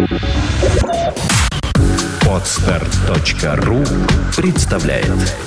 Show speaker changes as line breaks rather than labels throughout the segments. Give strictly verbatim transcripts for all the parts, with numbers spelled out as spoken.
Подстер точка ру представляет.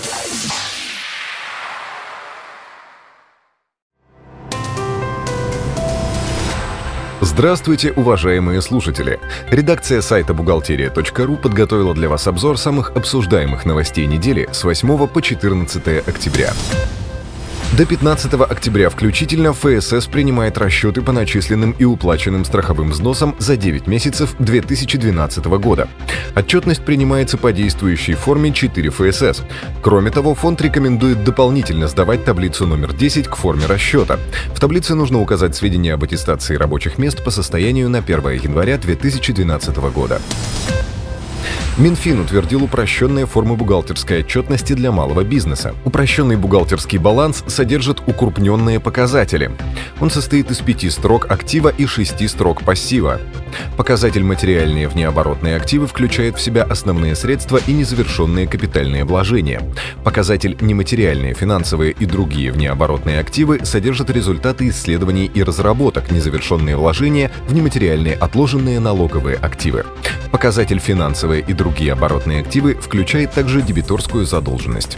Здравствуйте, уважаемые слушатели! Редакция сайта бухгалтерия точка ру подготовила для вас обзор самых обсуждаемых новостей недели с восьмого по четырнадцатое октября. До пятнадцатого октября включительно ФСС принимает расчеты по начисленным и уплаченным страховым взносам за девять месяцев две тысячи двенадцатого года. Отчетность принимается по действующей форме четыре ФСС. Кроме того, фонд рекомендует дополнительно сдавать таблицу номер десять к форме расчета. В таблице нужно указать сведения об аттестации рабочих мест по состоянию на первое января две тысячи двенадцатого года. Минфин утвердил упрощенные формы бухгалтерской отчетности для малого бизнеса. Упрощенный бухгалтерский баланс содержит укрупненные показатели. Он состоит из пяти строк актива и шести строк пассива. Показатель «Материальные внеоборотные активы» включает в себя основные средства и незавершенные капитальные вложения. Показатель «Нематериальные финансовые и другие внеоборотные активы» содержит результаты исследований и разработок, незавершенные вложения в нематериальные отложенные налоговые активы. Показатель «Финансовые и другие оборотные активы» включает также дебиторскую задолженность.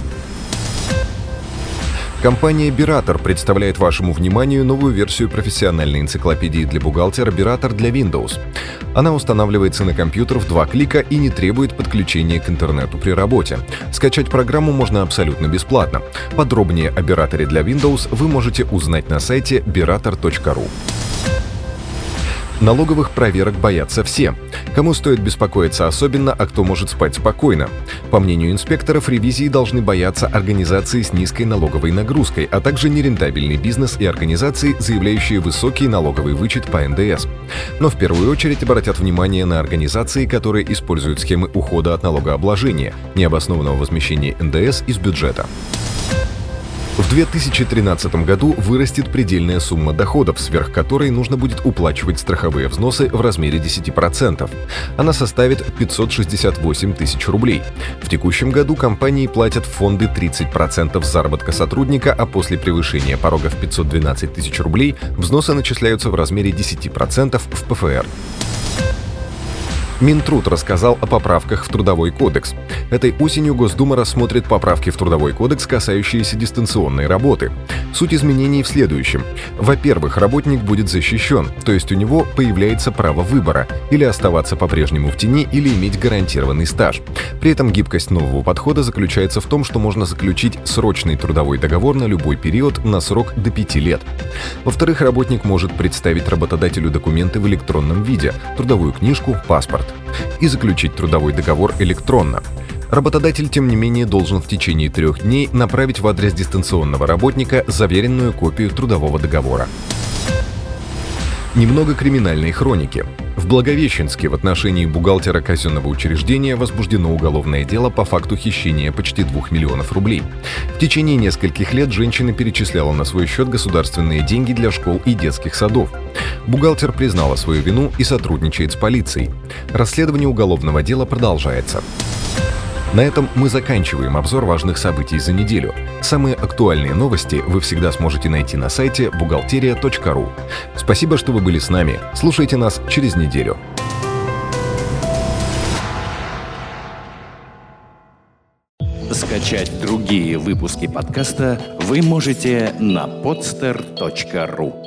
Компания Berator представляет вашему вниманию новую версию профессиональной энциклопедии для бухгалтера Berator для Windows. Она устанавливается на компьютер в два клика и не требует подключения к интернету при работе. Скачать программу можно абсолютно бесплатно. Подробнее о Berator для Windows вы можете узнать на сайте бератор точка ру. Налоговых проверок боятся все. Кому стоит беспокоиться особенно, а кто может спать спокойно? По мнению инспекторов, ревизии должны бояться организации с низкой налоговой нагрузкой, а также нерентабельный бизнес и организации, заявляющие высокий налоговый вычет по эн дэ эс. Но в первую очередь обратят внимание на организации, которые используют схемы ухода от налогообложения, необоснованного возмещения эн дэ эс из бюджета. В две тысячи тринадцатом году вырастет предельная сумма доходов, сверх которой нужно будет уплачивать страховые взносы в размере десять процентов. Она составит пятьсот шестьдесят восемь тысяч рублей. В текущем году компании платят в фонды тридцать процентов заработка сотрудника, а после превышения порога в пятьсот двенадцать тысяч рублей взносы начисляются в размере десять процентов в пэ эф эр. Минтруд рассказал о поправках в Трудовой кодекс. Этой осенью Госдума рассмотрит поправки в Трудовой кодекс, касающиеся дистанционной работы. Суть изменений в следующем. Во-первых, работник будет защищен, то есть у него появляется право выбора – или оставаться по-прежнему в тени, или иметь гарантированный стаж. При этом гибкость нового подхода заключается в том, что можно заключить срочный трудовой договор на любой период на срок до пяти лет. Во-вторых, работник может представить работодателю документы в электронном виде – трудовую книжку, паспорт. И заключить трудовой договор электронно. Работодатель, тем не менее, должен в течение трех дней направить в адрес дистанционного работника заверенную копию трудового договора. Немного криминальной хроники. В Благовещенске в отношении бухгалтера казенного учреждения возбуждено уголовное дело по факту хищения почти двух миллионов рублей. В течение нескольких лет женщина перечисляла на свой счет государственные деньги для школ и детских садов. Бухгалтер признала свою вину и сотрудничает с полицией. Расследование уголовного дела продолжается. На этом мы заканчиваем обзор важных событий за неделю. Самые актуальные новости вы всегда сможете найти на сайте бухгалтерия точка ру. Спасибо, что вы были с нами. Слушайте нас через неделю.
Скачать другие выпуски подкаста вы можете на подстер точка ру.